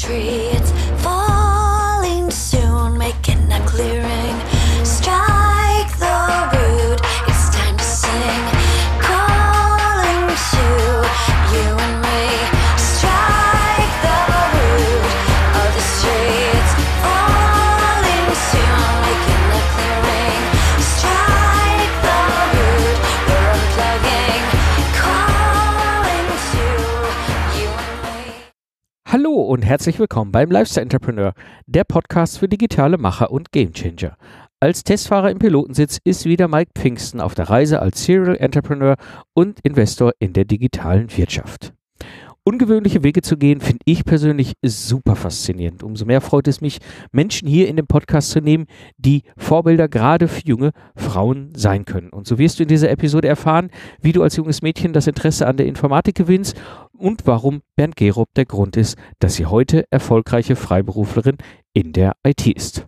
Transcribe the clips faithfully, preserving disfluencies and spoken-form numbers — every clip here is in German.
tree, it's falling soon, making a clearing. Strike the root, it's time to sing. Calling to you and me. Strike the root of this tree, it's falling soon, making a clearing. Strike the root, we're unplugging. Calling to you and me. Hallo und herzlich willkommen beim Lifestyle Entrepreneur, der Podcast für digitale Macher und Gamechanger. Als Testfahrer im Pilotensitz ist wieder Mike Pfingsten auf der Reise als Serial Entrepreneur und Investor in der digitalen Wirtschaft. Ungewöhnliche Wege zu gehen, finde ich persönlich super faszinierend. Umso mehr freut es mich, Menschen hier in den Podcast zu nehmen, die Vorbilder gerade für junge Frauen sein können. Und so wirst du in dieser Episode erfahren, wie du als junges Mädchen das Interesse an der Informatik gewinnst und warum Bernd Gerob der Grund ist, dass sie heute erfolgreiche Freiberuflerin in der I T ist.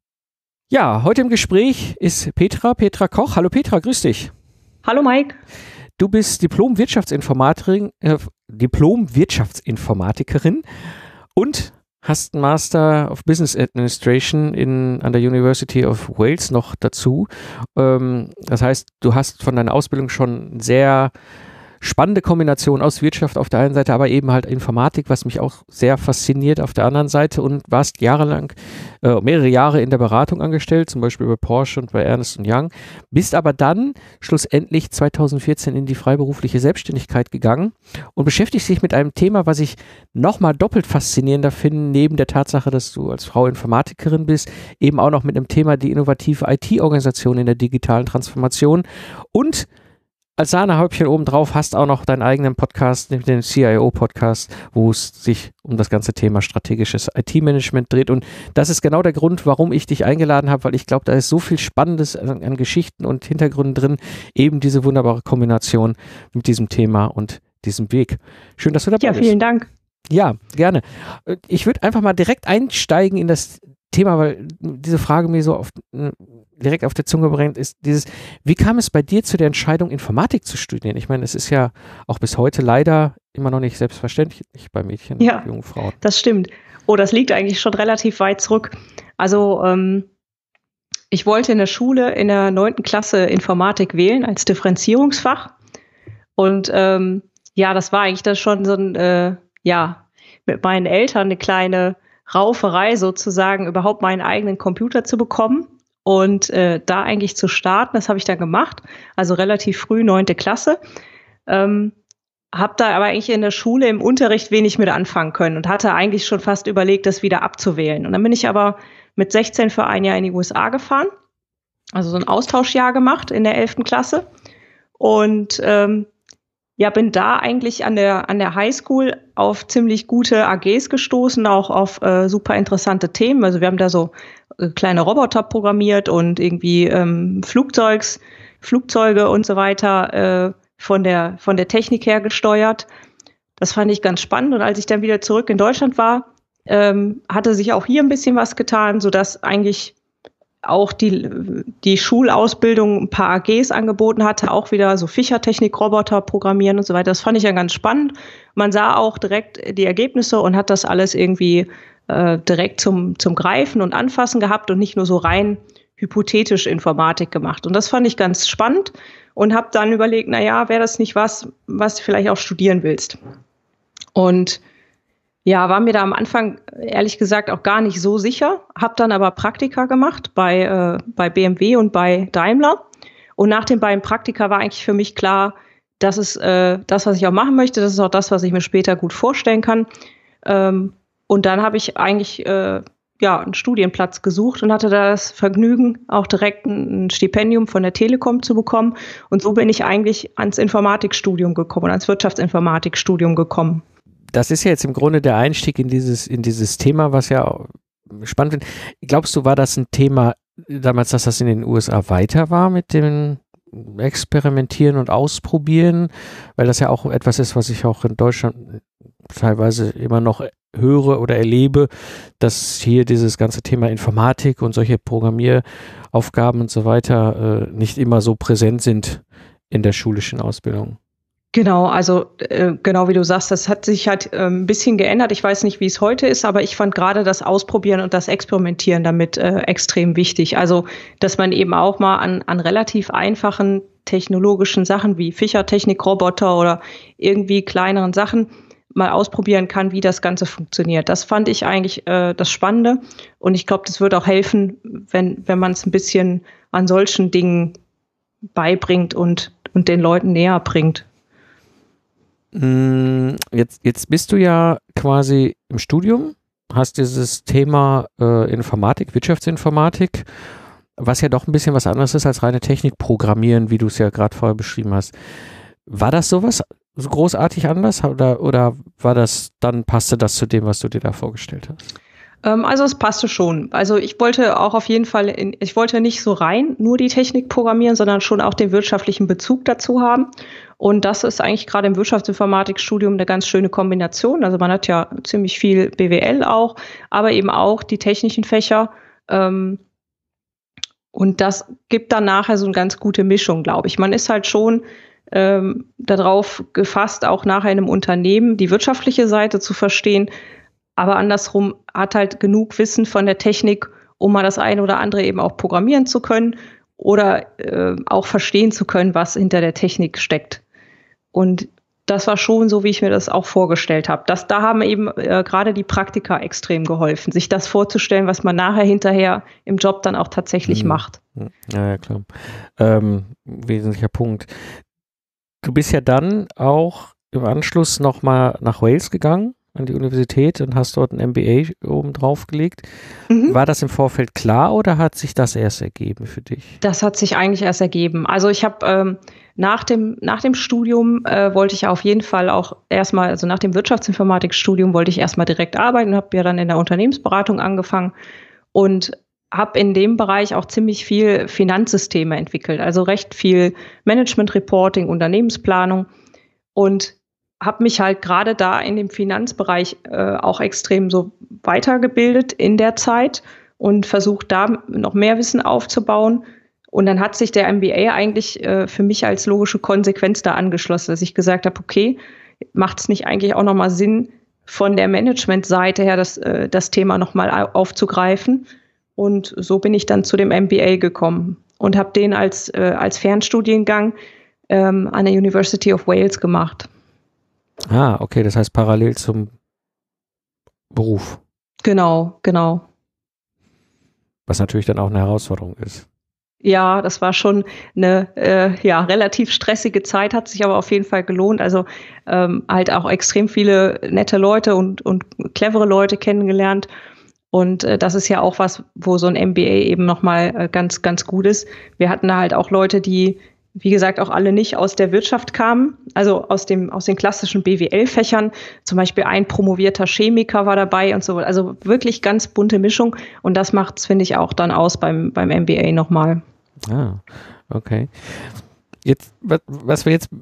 Ja, heute im Gespräch ist Petra, Petra Koch. Hallo Petra, grüß dich. Hallo Mike. Du bist Diplom-Wirtschaftsinformatikerin, äh, Diplom-Wirtschaftsinformatikerin und hast einen Master of Business Administration in, an der University of Wales noch dazu. Ähm, das heißt, du hast von deiner Ausbildung schon sehr spannende Kombination aus Wirtschaft auf der einen Seite, aber eben halt Informatik, was mich auch sehr fasziniert auf der anderen Seite, und warst jahrelang, äh, mehrere Jahre in der Beratung angestellt, zum Beispiel bei Porsche und bei Ernst und Young, bist aber dann schlussendlich zweitausendvierzehn in die freiberufliche Selbstständigkeit gegangen und beschäftigst dich mit einem Thema, was ich nochmal doppelt faszinierender finde, neben der Tatsache, dass du als Frau Informatikerin bist, eben auch noch mit einem Thema die innovative I T-Organisation in der digitalen Transformation. Und als Sahnehäubchen obendrauf hast auch noch deinen eigenen Podcast, den C I O-Podcast, wo es sich um das ganze Thema strategisches I T-Management dreht. Und das ist genau der Grund, warum ich dich eingeladen habe, weil ich glaube, da ist so viel Spannendes an, an Geschichten und Hintergründen drin, eben diese wunderbare Kombination mit diesem Thema und diesem Weg. Schön, dass du dabei Ja, bist. vielen Dank. Ja, gerne. Ich würde einfach mal direkt einsteigen in das Thema, weil diese Frage mir so oft direkt auf der Zunge brennt, ist dieses, wie kam es bei dir zu der Entscheidung, Informatik zu studieren? Ich meine, es ist ja auch bis heute leider immer noch nicht selbstverständlich bei Mädchen ja, und jungen Frauen. Das stimmt. Oh, das liegt eigentlich schon relativ weit zurück. Also ähm, ich wollte in der Schule in der neunten Klasse Informatik wählen als Differenzierungsfach. Und ähm, ja, das war eigentlich das schon so ein, äh, ja, mit meinen Eltern eine kleine Rauferei sozusagen, überhaupt meinen eigenen Computer zu bekommen und äh, da eigentlich zu starten. Das habe ich dann gemacht, also relativ früh, neunte Klasse. Ähm, habe da aber eigentlich in der Schule im Unterricht wenig mit anfangen können und hatte eigentlich schon fast überlegt, das wieder abzuwählen. Und dann bin ich aber mit sechzehn für ein Jahr in die U S A gefahren, also so ein Austauschjahr gemacht in der elften Klasse und ähm, ja, bin da eigentlich an der an der Highschool auf ziemlich gute A Gs gestoßen, auch auf äh, super interessante Themen. Also wir haben da so äh, kleine Roboter programmiert und irgendwie ähm, Flugzeugs, Flugzeuge und so weiter äh, von der von der Technik her gesteuert. Das fand ich ganz spannend. Und als ich dann wieder zurück in Deutschland war, ähm, hatte sich auch hier ein bisschen was getan, sodass eigentlich auch die, die Schulausbildung ein paar A Gs angeboten hatte, auch wieder so Fischertechnik, Roboter programmieren und so weiter. Das fand ich ja ganz spannend. Man sah auch direkt die Ergebnisse und hat das alles irgendwie äh, direkt zum, zum Greifen und Anfassen gehabt und nicht nur so rein hypothetisch Informatik gemacht. Und das fand ich ganz spannend und habe dann überlegt, naja, wäre das nicht was, was du vielleicht auch studieren willst? Und ja, war mir da am Anfang ehrlich gesagt auch gar nicht so sicher, habe dann aber Praktika gemacht bei, äh, bei B M W und bei Daimler. Und nach den beiden Praktika war eigentlich für mich klar, das ist äh, das, was ich auch machen möchte, das ist auch das, was ich mir später gut vorstellen kann. Ähm, und dann habe ich eigentlich äh, ja, einen Studienplatz gesucht und hatte da das Vergnügen, auch direkt ein Stipendium von der Telekom zu bekommen. Und so bin ich eigentlich ans Informatikstudium gekommen, ans Wirtschaftsinformatikstudium gekommen. Das ist ja jetzt im Grunde der Einstieg in dieses, in dieses Thema, was ja spannend wird. Glaubst du, war das ein Thema damals, dass das in den U S A weiter war mit dem Experimentieren und Ausprobieren? Weil das ja auch etwas ist, was ich auch in Deutschland teilweise immer noch höre oder erlebe, dass hier dieses ganze Thema Informatik und solche Programmieraufgaben und so weiter äh, nicht immer so präsent sind in der schulischen Ausbildung. Genau, also äh, genau wie du sagst, das hat sich halt äh, ein bisschen geändert. Ich weiß nicht, wie es heute ist, aber ich fand gerade das Ausprobieren und das Experimentieren damit äh, extrem wichtig. Also, dass man eben auch mal an, an relativ einfachen technologischen Sachen wie Fischertechnik, Roboter oder irgendwie kleineren Sachen mal ausprobieren kann, wie das Ganze funktioniert. Das fand ich eigentlich äh, das Spannende. Und ich glaube, das wird auch helfen, wenn, wenn man es ein bisschen an solchen Dingen beibringt und, und den Leuten näher bringt. Jetzt, jetzt bist du ja quasi im Studium, hast dieses Thema äh, Informatik, Wirtschaftsinformatik, was ja doch ein bisschen was anderes ist als reine Technik programmieren, wie du es ja gerade vorher beschrieben hast. War das sowas so großartig anders oder, oder war das, dann passte das zu dem, was du dir da vorgestellt hast? Ähm, also es passte schon. Also ich wollte auch auf jeden Fall, in, ich wollte nicht so rein nur die Technik programmieren, sondern schon auch den wirtschaftlichen Bezug dazu haben. Und das ist eigentlich gerade im Wirtschaftsinformatikstudium eine ganz schöne Kombination. Also man hat ja ziemlich viel B W L auch, aber eben auch die technischen Fächer. Ähm, und das gibt dann nachher so eine ganz gute Mischung, glaube ich. Man ist halt schon ähm, darauf gefasst, auch nachher in einem Unternehmen die wirtschaftliche Seite zu verstehen. Aber andersrum hat halt genug Wissen von der Technik, um mal das eine oder andere eben auch programmieren zu können oder äh, auch verstehen zu können, was hinter der Technik steckt. Und das war schon so, wie ich mir das auch vorgestellt habe. Das, da haben eben äh, gerade die Praktika extrem geholfen, sich das vorzustellen, was man nachher hinterher im Job dann auch tatsächlich mhm. macht. Ja, ja, klar. Ähm, wesentlicher Punkt. Du bist ja dann auch im Anschluss nochmal nach Wales gegangen, an die Universität, und hast dort ein M B A oben drauf gelegt. Mhm. War das im Vorfeld klar oder hat sich das erst ergeben für dich? Das hat sich eigentlich erst ergeben. Also ich habe ähm, nach dem, nach dem Studium äh, wollte ich auf jeden Fall auch erstmal, also nach dem Wirtschaftsinformatikstudium wollte ich erstmal direkt arbeiten und habe ja dann in der Unternehmensberatung angefangen und habe in dem Bereich auch ziemlich viel Finanzsysteme entwickelt, also recht viel Management Reporting, Unternehmensplanung, und habe mich halt gerade da in dem Finanzbereich äh, auch extrem so weitergebildet in der Zeit und versucht da noch mehr Wissen aufzubauen. Und dann hat sich der M B A eigentlich äh, für mich als logische Konsequenz da angeschlossen, dass ich gesagt habe, okay, macht es nicht eigentlich auch nochmal Sinn, von der Managementseite her das, äh, das Thema nochmal aufzugreifen? Und so bin ich dann zu dem M B A gekommen und habe den als, äh, als Fernstudiengang ähm, an der University of Wales gemacht. Ah, okay, das heißt parallel zum Beruf. Genau, genau. Was natürlich dann auch eine Herausforderung ist. Ja, das war schon eine äh, ja, relativ stressige Zeit, hat sich aber auf jeden Fall gelohnt. Also ähm, halt auch extrem viele nette Leute und, und clevere Leute kennengelernt. Und äh, das ist ja auch was, wo so ein M B A eben nochmal äh, ganz, ganz gut ist. Wir hatten da halt auch Leute, die, wie gesagt, auch alle nicht aus der Wirtschaft kamen, also aus dem, aus den klassischen B W L-Fächern. Zum Beispiel ein promovierter Chemiker war dabei und so. Also wirklich ganz bunte Mischung. Und das macht es, finde ich, auch dann aus beim, beim M B A nochmal. Ah, okay. Jetzt, was, was wir jetzt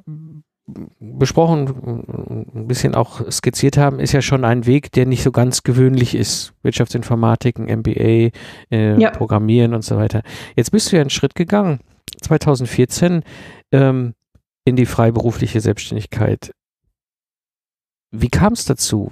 besprochen, ein bisschen auch skizziert haben, ist ja schon ein Weg, der nicht so ganz gewöhnlich ist. Wirtschaftsinformatik, ein M B A, äh, ja. Programmieren und so weiter. Jetzt bist du ja einen Schritt gegangen, zwanzig vierzehn, ähm, in die freiberufliche Selbstständigkeit. Wie kam es dazu?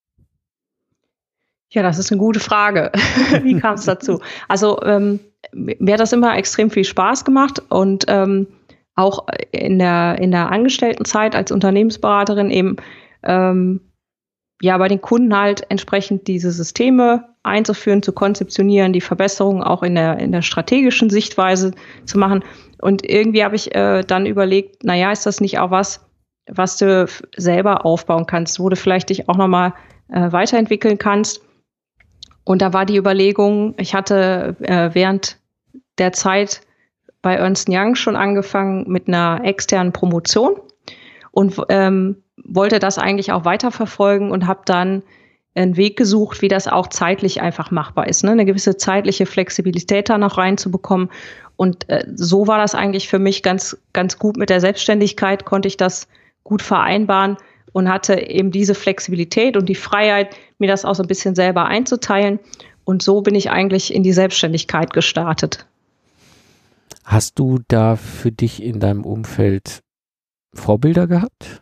Ja, das ist eine gute Frage. Wie kam es dazu? Also ähm, mir hat das immer extrem viel Spaß gemacht und ähm, auch in der, in der Angestelltenzeit als Unternehmensberaterin eben ähm, ja bei den Kunden halt entsprechend diese Systeme einzuführen, zu konzeptionieren, die Verbesserungen auch in der, in der strategischen Sichtweise zu machen. Und irgendwie habe ich äh, dann überlegt, naja, ist das nicht auch was, was du selber aufbauen kannst, wo du vielleicht dich auch nochmal äh, weiterentwickeln kannst. Und da war die Überlegung, ich hatte äh, während der Zeit bei Ernst and Young schon angefangen mit einer externen Promotion und ähm, wollte das eigentlich auch weiterverfolgen und habe dann einen Weg gesucht, wie das auch zeitlich einfach machbar ist, ne? Eine gewisse zeitliche Flexibilität da noch reinzubekommen. Und äh, so war das eigentlich für mich ganz, ganz gut mit der Selbstständigkeit, konnte ich das gut vereinbaren und hatte eben diese Flexibilität und die Freiheit, mir das auch so ein bisschen selber einzuteilen. Und so bin ich eigentlich in die Selbstständigkeit gestartet. Hast du da für dich in deinem Umfeld Vorbilder gehabt?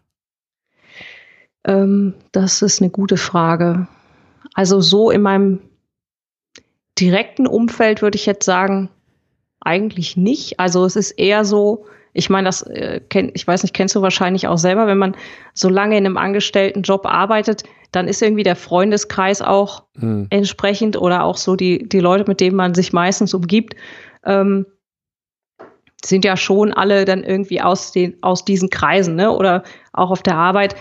Ähm, das ist eine gute Frage. Also so in meinem direkten Umfeld würde ich jetzt sagen, eigentlich nicht. Also es ist eher so, ich meine, das äh, kenn, ich weiß nicht, kennst du wahrscheinlich auch selber, wenn man so lange in einem Angestelltenjob arbeitet, dann ist irgendwie der Freundeskreis auch mhm. entsprechend oder auch so die, die Leute, mit denen man sich meistens umgibt, ähm, sind ja schon alle dann irgendwie aus den, aus diesen Kreisen, ne? Oder auch auf der Arbeit.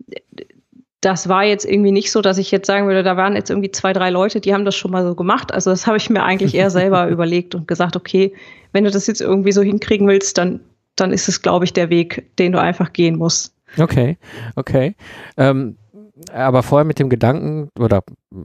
Das war jetzt irgendwie nicht so, dass ich jetzt sagen würde, da waren jetzt irgendwie zwei, drei Leute, die haben das schon mal so gemacht. Also das habe ich mir eigentlich eher selber überlegt und gesagt, okay, wenn du das jetzt irgendwie so hinkriegen willst, dann, dann ist es, glaube ich, der Weg, den du einfach gehen musst. Okay, okay. Ähm, aber vorher mit dem Gedanken oder,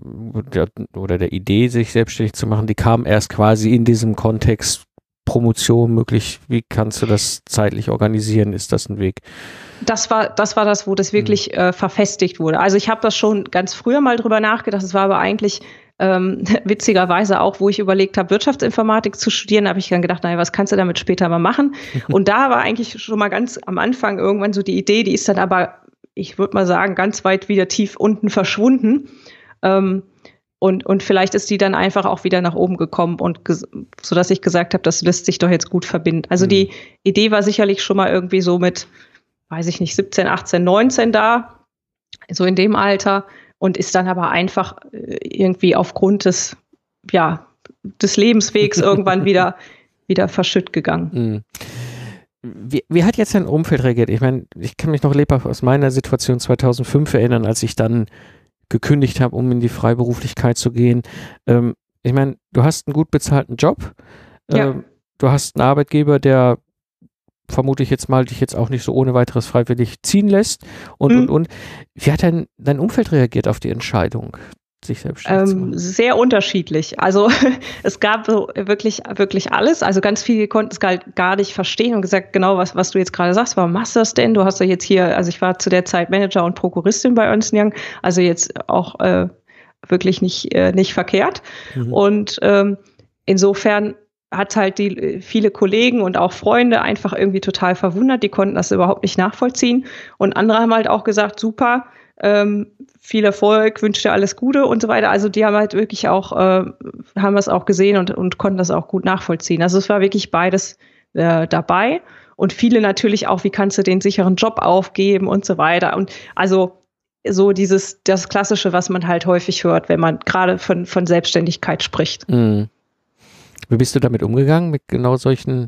oder der Idee, sich selbstständig zu machen, die kam erst quasi in diesem Kontext Promotion möglich. Wie kannst du das zeitlich organisieren? Ist das ein Weg? Das war, das war das, wo das wirklich mhm. äh, verfestigt wurde. Also ich habe das schon ganz früher mal drüber nachgedacht. Es war aber eigentlich ähm, witzigerweise auch, wo ich überlegt habe, Wirtschaftsinformatik zu studieren, habe ich dann gedacht, naja, was kannst du damit später mal machen? Und da war eigentlich schon mal ganz am Anfang irgendwann so die Idee, die ist dann aber, ich würde mal sagen, ganz weit wieder tief unten verschwunden. Ähm, Und, und vielleicht ist die dann einfach auch wieder nach oben gekommen und ges- so dass ich gesagt habe, das lässt sich doch jetzt gut verbinden. Also mhm. die Idee war sicherlich schon mal irgendwie so mit, weiß ich nicht, siebzehn, achtzehn, neunzehn da, so in dem Alter und ist dann aber einfach irgendwie aufgrund des, ja, des Lebenswegs irgendwann wieder, wieder verschütt gegangen. Mhm. Wie, wie hat jetzt dein Umfeld reagiert? Ich meine, ich kann mich noch lebhaft aus meiner Situation zweitausendfünf erinnern, als ich dann gekündigt habe, um in die Freiberuflichkeit zu gehen. Ähm, ich meine, du hast einen gut bezahlten Job. Ähm, ja. Du hast einen Arbeitgeber, der vermute ich jetzt mal, dich jetzt auch nicht so ohne weiteres freiwillig ziehen lässt und, mhm. und, und. Wie hat dein, dein Umfeld reagiert auf die Entscheidung, sich selbstständig zu machen? Ähm, sehr unterschiedlich. Also es gab so wirklich, wirklich alles. Also ganz viele konnten es gar, gar nicht verstehen und gesagt, genau, was, was du jetzt gerade sagst, warum machst du das denn? Du hast ja jetzt hier, also ich war zu der Zeit Manager und Prokuristin bei Ernst und Young, also jetzt auch äh, wirklich nicht, äh, nicht verkehrt. Mhm. Und ähm, insofern hat halt die viele Kollegen und auch Freunde einfach irgendwie total verwundert, die konnten das überhaupt nicht nachvollziehen. Und andere haben halt auch gesagt, super, ähm, viel Erfolg, wünsche dir alles Gute und so weiter. Also die haben halt wirklich auch, äh, haben das auch gesehen und, und konnten das auch gut nachvollziehen. Also es war wirklich beides äh, dabei. Und viele natürlich auch, wie kannst du den sicheren Job aufgeben und so weiter. Und also so dieses, das Klassische, was man halt häufig hört, wenn man gerade von, von Selbstständigkeit spricht. Mhm. Wie bist du damit umgegangen, mit genau solchen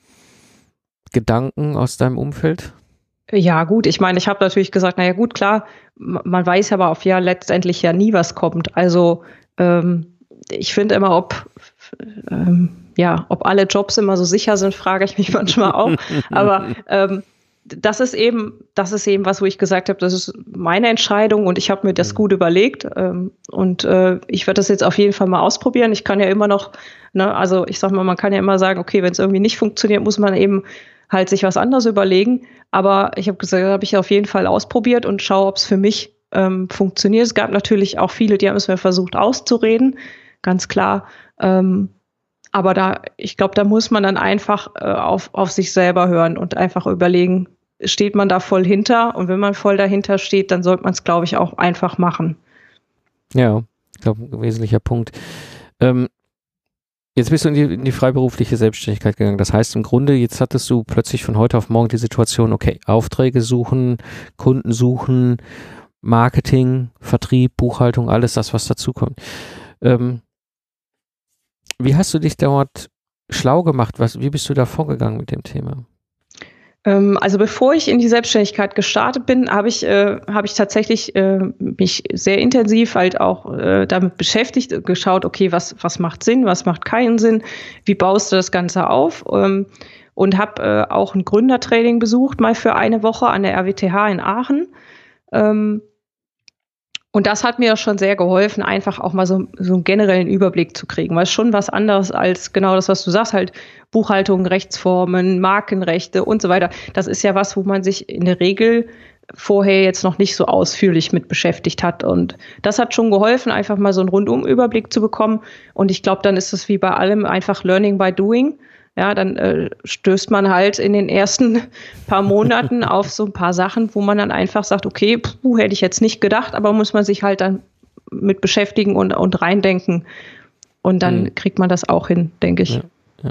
Gedanken aus deinem Umfeld? Ja, gut, ich meine, ich habe natürlich gesagt, naja gut, klar, man weiß aber auf ja letztendlich ja nie, was kommt. Also ähm, ich finde immer, ob ähm, ja, ob alle Jobs immer so sicher sind, frage ich mich manchmal auch. Aber ähm, das ist eben, das ist eben was, wo ich gesagt habe, das ist meine Entscheidung und ich habe mir das gut überlegt ähm, und äh, ich werde das jetzt auf jeden Fall mal ausprobieren. Ich kann ja immer noch, ne, also ich sag mal, man kann ja immer sagen, okay, wenn es irgendwie nicht funktioniert, muss man eben halt sich was anderes überlegen. Aber ich habe gesagt, habe ich auf jeden Fall ausprobiert und schaue, ob es für mich ähm, funktioniert. Es gab natürlich auch viele, die haben es mir versucht auszureden, ganz klar. Ähm, aber da, ich glaube, da muss man dann einfach äh, auf, auf sich selber hören und einfach überlegen, steht man da voll hinter? Und wenn man voll dahinter steht, dann sollte man es, glaube ich, auch einfach machen. Ja, ich glaube, ein wesentlicher Punkt. Ähm, Jetzt bist du in die, in die freiberufliche Selbstständigkeit gegangen. Das heißt im Grunde, jetzt hattest du plötzlich von heute auf morgen die Situation, okay, Aufträge suchen, Kunden suchen, Marketing, Vertrieb, Buchhaltung, alles das, was dazukommt. Ähm, wie hast du dich dort schlau gemacht? Was, wie bist du da vorgegangen mit dem Thema? Also bevor ich in die Selbstständigkeit gestartet bin, habe ich, äh, habe ich tatsächlich äh, mich sehr intensiv halt auch äh, damit beschäftigt, geschaut, okay, was, was macht Sinn, was macht keinen Sinn, wie baust du das Ganze auf ähm, und habe äh, auch ein Gründertraining besucht, mal für eine Woche an der R W T H in Aachen. Ähm, Und das hat mir schon sehr geholfen, einfach auch mal so, so einen generellen Überblick zu kriegen, weil es schon was anderes als genau das, was du sagst, halt Buchhaltung, Rechtsformen, Markenrechte und so weiter. Das ist ja was, wo man sich in der Regel vorher jetzt noch nicht so ausführlich mit beschäftigt hat. Und das hat schon geholfen, einfach mal so einen Rundumüberblick zu bekommen. Und ich glaube, dann ist es wie bei allem einfach Learning by Doing. ja, dann äh, stößt man halt in den ersten paar Monaten auf so ein paar Sachen, wo man dann einfach sagt, okay, puh, hätte ich jetzt nicht gedacht, aber muss man sich halt dann mit beschäftigen und, und reindenken. Und dann mhm. kriegt man das auch hin, denke ich. Ja,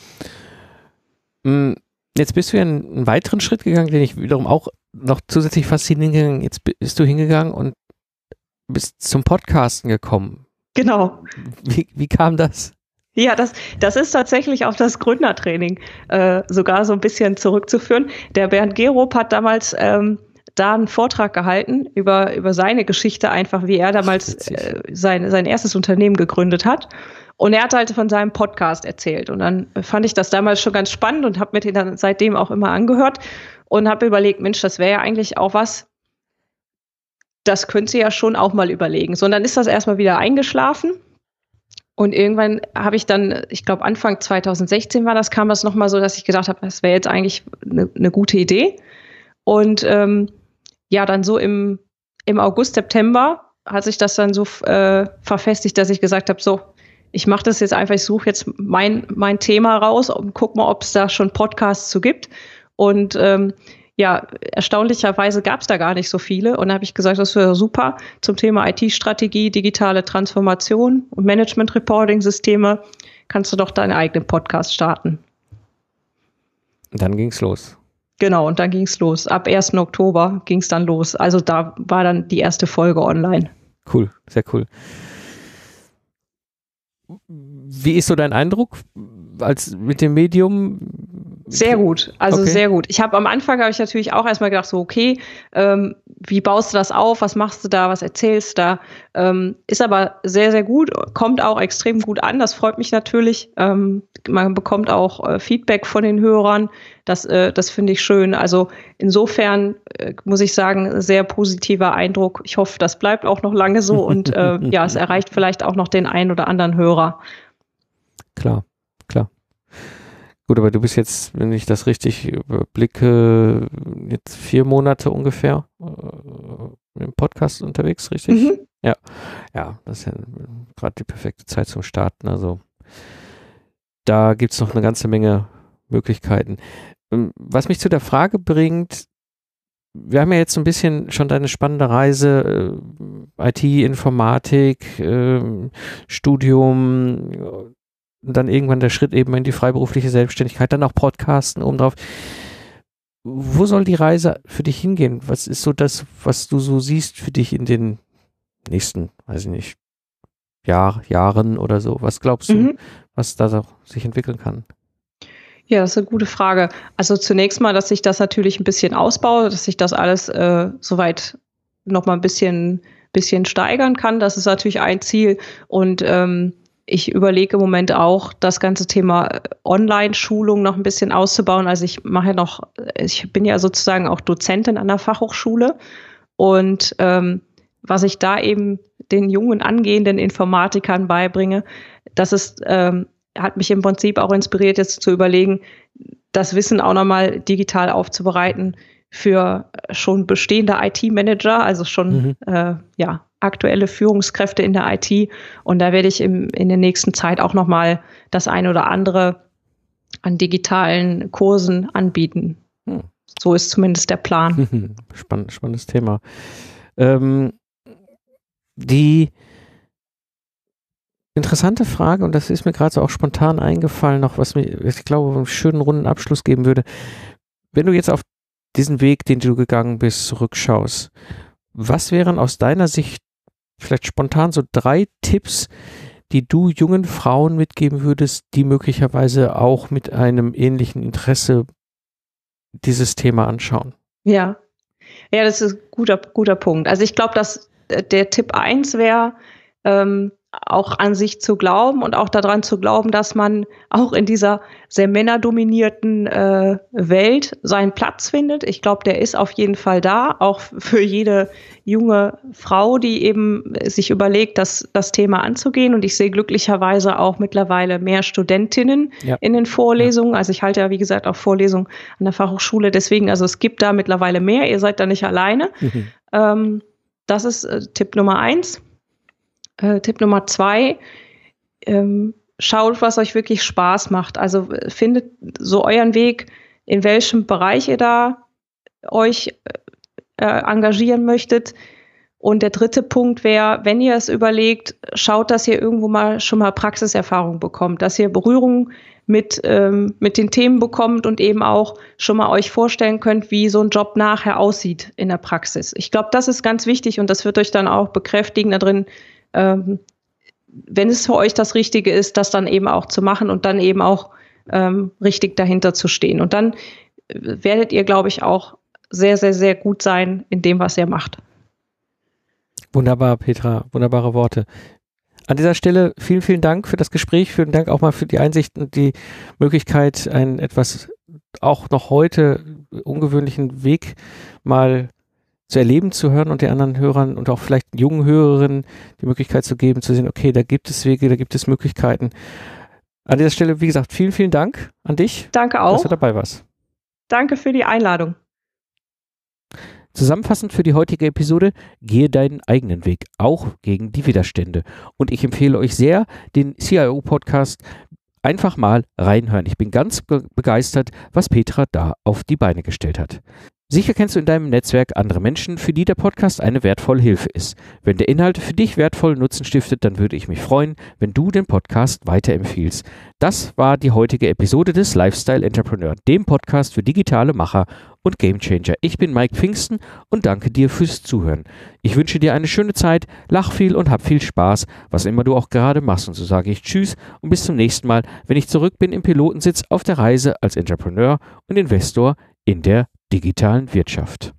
ja. Jetzt bist du ja einen, einen weiteren Schritt gegangen, den ich wiederum auch noch zusätzlich faszinierend gegangen. Jetzt bist du hingegangen und bist zum Podcasten gekommen. Genau. Wie, wie kam das? Ja, das, das ist tatsächlich auf das Gründertraining äh, sogar so ein bisschen zurückzuführen. Der Bernd Gerob hat damals ähm, da einen Vortrag gehalten über, über seine Geschichte, einfach wie er damals äh, sein, sein erstes Unternehmen gegründet hat. Und er hat halt von seinem Podcast erzählt. Und dann fand ich das damals schon ganz spannend und habe mir den dann seitdem auch immer angehört und habe überlegt, Mensch, das wäre ja eigentlich auch was, das könnt ihr ja schon auch mal überlegen. So, und dann ist das erstmal wieder eingeschlafen. Und irgendwann habe ich dann, ich glaube Anfang zwanzig sechzehn war das, kam das nochmal so, dass ich gedacht habe, das wäre jetzt eigentlich eine ne gute Idee. Und ähm, ja, dann so im, im August, September hat sich das dann so äh, verfestigt, dass ich gesagt habe, so, ich mache das jetzt einfach, ich suche jetzt mein, mein Thema raus und guck mal, ob es da schon Podcasts zu gibt. Und ähm, ja, erstaunlicherweise gab es da gar nicht so viele. Und da habe ich gesagt, das wäre super zum Thema I T-Strategie, digitale Transformation und Management-Reporting-Systeme. Kannst du doch deinen eigenen Podcast starten. Und dann ging's los. Genau, und dann ging's los. Ab ersten Oktober ging's dann los. Also da war dann die erste Folge online. Cool, sehr cool. Wie ist so dein Eindruck als mit dem Medium? Sehr gut, also okay. sehr gut. Ich habe am Anfang habe ich natürlich auch erstmal gedacht, so okay, ähm, wie baust du das auf, was machst du da, was erzählst du da? Ähm, ist aber sehr, sehr gut, kommt auch extrem gut an, das freut mich natürlich. Ähm, man bekommt auch äh, Feedback von den Hörern, das, äh, das finde ich schön. Also insofern äh, muss ich sagen, sehr positiver Eindruck. Ich hoffe, das bleibt auch noch lange so und äh, ja, es erreicht vielleicht auch noch den einen oder anderen Hörer. Klar, klar. Gut, aber du bist jetzt, wenn ich das richtig überblicke, jetzt vier Monate ungefähr äh, im Podcast unterwegs, richtig? Mhm. Ja, ja, das ist ja gerade die perfekte Zeit zum Starten. Also da gibt es noch eine ganze Menge Möglichkeiten. Was mich zu der Frage bringt, wir haben ja jetzt so ein bisschen schon deine spannende Reise, äh, I T, Informatik, äh, Studium, und dann irgendwann der Schritt eben in die freiberufliche Selbstständigkeit, dann auch Podcasten obendrauf. Wo soll die Reise für dich hingehen? Was ist so das, was du so siehst für dich in den nächsten, weiß ich nicht, Jahr, Jahren oder so? Was glaubst du, mhm. was da so sich entwickeln kann? Ja, das ist eine gute Frage. Also zunächst mal, dass ich das natürlich ein bisschen ausbaue, dass ich das alles äh, soweit noch mal ein bisschen, bisschen steigern kann. Das ist natürlich ein Ziel. Und ähm, ich überlege im Moment auch, das ganze Thema Online-Schulung noch ein bisschen auszubauen. Also ich mache ja noch, ich bin ja sozusagen auch Dozentin an der Fachhochschule. Und ähm, was ich da eben den jungen angehenden Informatikern beibringe, das ist, ähm, hat mich im Prinzip auch inspiriert, jetzt zu überlegen, das Wissen auch nochmal digital aufzubereiten für schon bestehende I T-Manager, also schon mhm. äh, ja, aktuelle Führungskräfte in der I T. Und da werde ich im, in der nächsten Zeit auch nochmal das eine oder andere an digitalen Kursen anbieten. Hm. So ist zumindest der Plan. Spannend, spannendes Thema. Ähm, die interessante Frage, und das ist mir gerade so auch spontan eingefallen, noch was mir, ich glaube, einen schönen runden Abschluss geben würde. Wenn du jetzt auf diesen Weg, den du gegangen bist, zurückschaust, was wären aus deiner Sicht vielleicht spontan so drei Tipps, die du jungen Frauen mitgeben würdest, die möglicherweise auch mit einem ähnlichen Interesse dieses Thema anschauen? Ja, ja, das ist ein guter, guter Punkt. Also ich glaube, dass der Tipp eins wäre, ähm, auch an sich zu glauben und auch daran zu glauben, dass man auch in dieser sehr männerdominierten äh, Welt seinen Platz findet. Ich glaube, der ist auf jeden Fall da, auch für jede junge Frau, die eben sich überlegt, das, das Thema anzugehen. Und ich sehe glücklicherweise auch mittlerweile mehr Studentinnen ja. in den Vorlesungen. Also ich halte ja, wie gesagt, auch Vorlesungen an der Fachhochschule. Deswegen, also es gibt da mittlerweile mehr. Ihr seid da nicht alleine. Mhm. Ähm, das ist äh, Tipp Nummer eins. Äh, Tipp Nummer zwei, ähm, schaut, was euch wirklich Spaß macht. Also findet so euren Weg, in welchem Bereich ihr da euch äh, engagieren möchtet. Und der dritte Punkt wäre, wenn ihr es überlegt, schaut, dass ihr irgendwo mal schon mal Praxiserfahrung bekommt, dass ihr Berührung mit, ähm, mit den Themen bekommt und eben auch schon mal euch vorstellen könnt, wie so ein Job nachher aussieht in der Praxis. Ich glaube, das ist ganz wichtig und das wird euch dann auch bekräftigen da drin, ähm, wenn es für euch das Richtige ist, das dann eben auch zu machen und dann eben auch ähm, richtig dahinter zu stehen. Und dann werdet ihr, glaube ich, auch sehr, sehr, sehr gut sein in dem, was ihr macht. Wunderbar, Petra, wunderbare Worte. An dieser Stelle vielen, vielen Dank für das Gespräch, vielen Dank auch mal für die Einsicht und die Möglichkeit, einen etwas auch noch heute ungewöhnlichen Weg mal zu erleben, zu hören und den anderen Hörern und auch vielleicht jungen Hörerinnen die Möglichkeit zu geben, zu sehen, okay, da gibt es Wege, da gibt es Möglichkeiten. An dieser Stelle, wie gesagt, vielen, vielen Dank an dich. Danke auch. Dass du dabei warst. Danke für die Einladung. Zusammenfassend für die heutige Episode, gehe deinen eigenen Weg, auch gegen die Widerstände. Und ich empfehle euch sehr, den C I O-Podcast einfach mal reinhören. Ich bin ganz be- begeistert, was Petra da auf die Beine gestellt hat. Sicher kennst du in deinem Netzwerk andere Menschen, für die der Podcast eine wertvolle Hilfe ist. Wenn der Inhalt für dich wertvollen Nutzen stiftet, dann würde ich mich freuen, wenn du den Podcast weiterempfiehlst. Das war die heutige Episode des Lifestyle Entrepreneur, dem Podcast für digitale Macher und Gamechanger. Ich bin Mike Pfingsten und danke dir fürs Zuhören. Ich wünsche dir eine schöne Zeit, lach viel und hab viel Spaß, was immer du auch gerade machst. Und so sage ich Tschüss und bis zum nächsten Mal, wenn ich zurück bin im Pilotensitz auf der Reise als Entrepreneur und Investor in der digitalen Wirtschaft.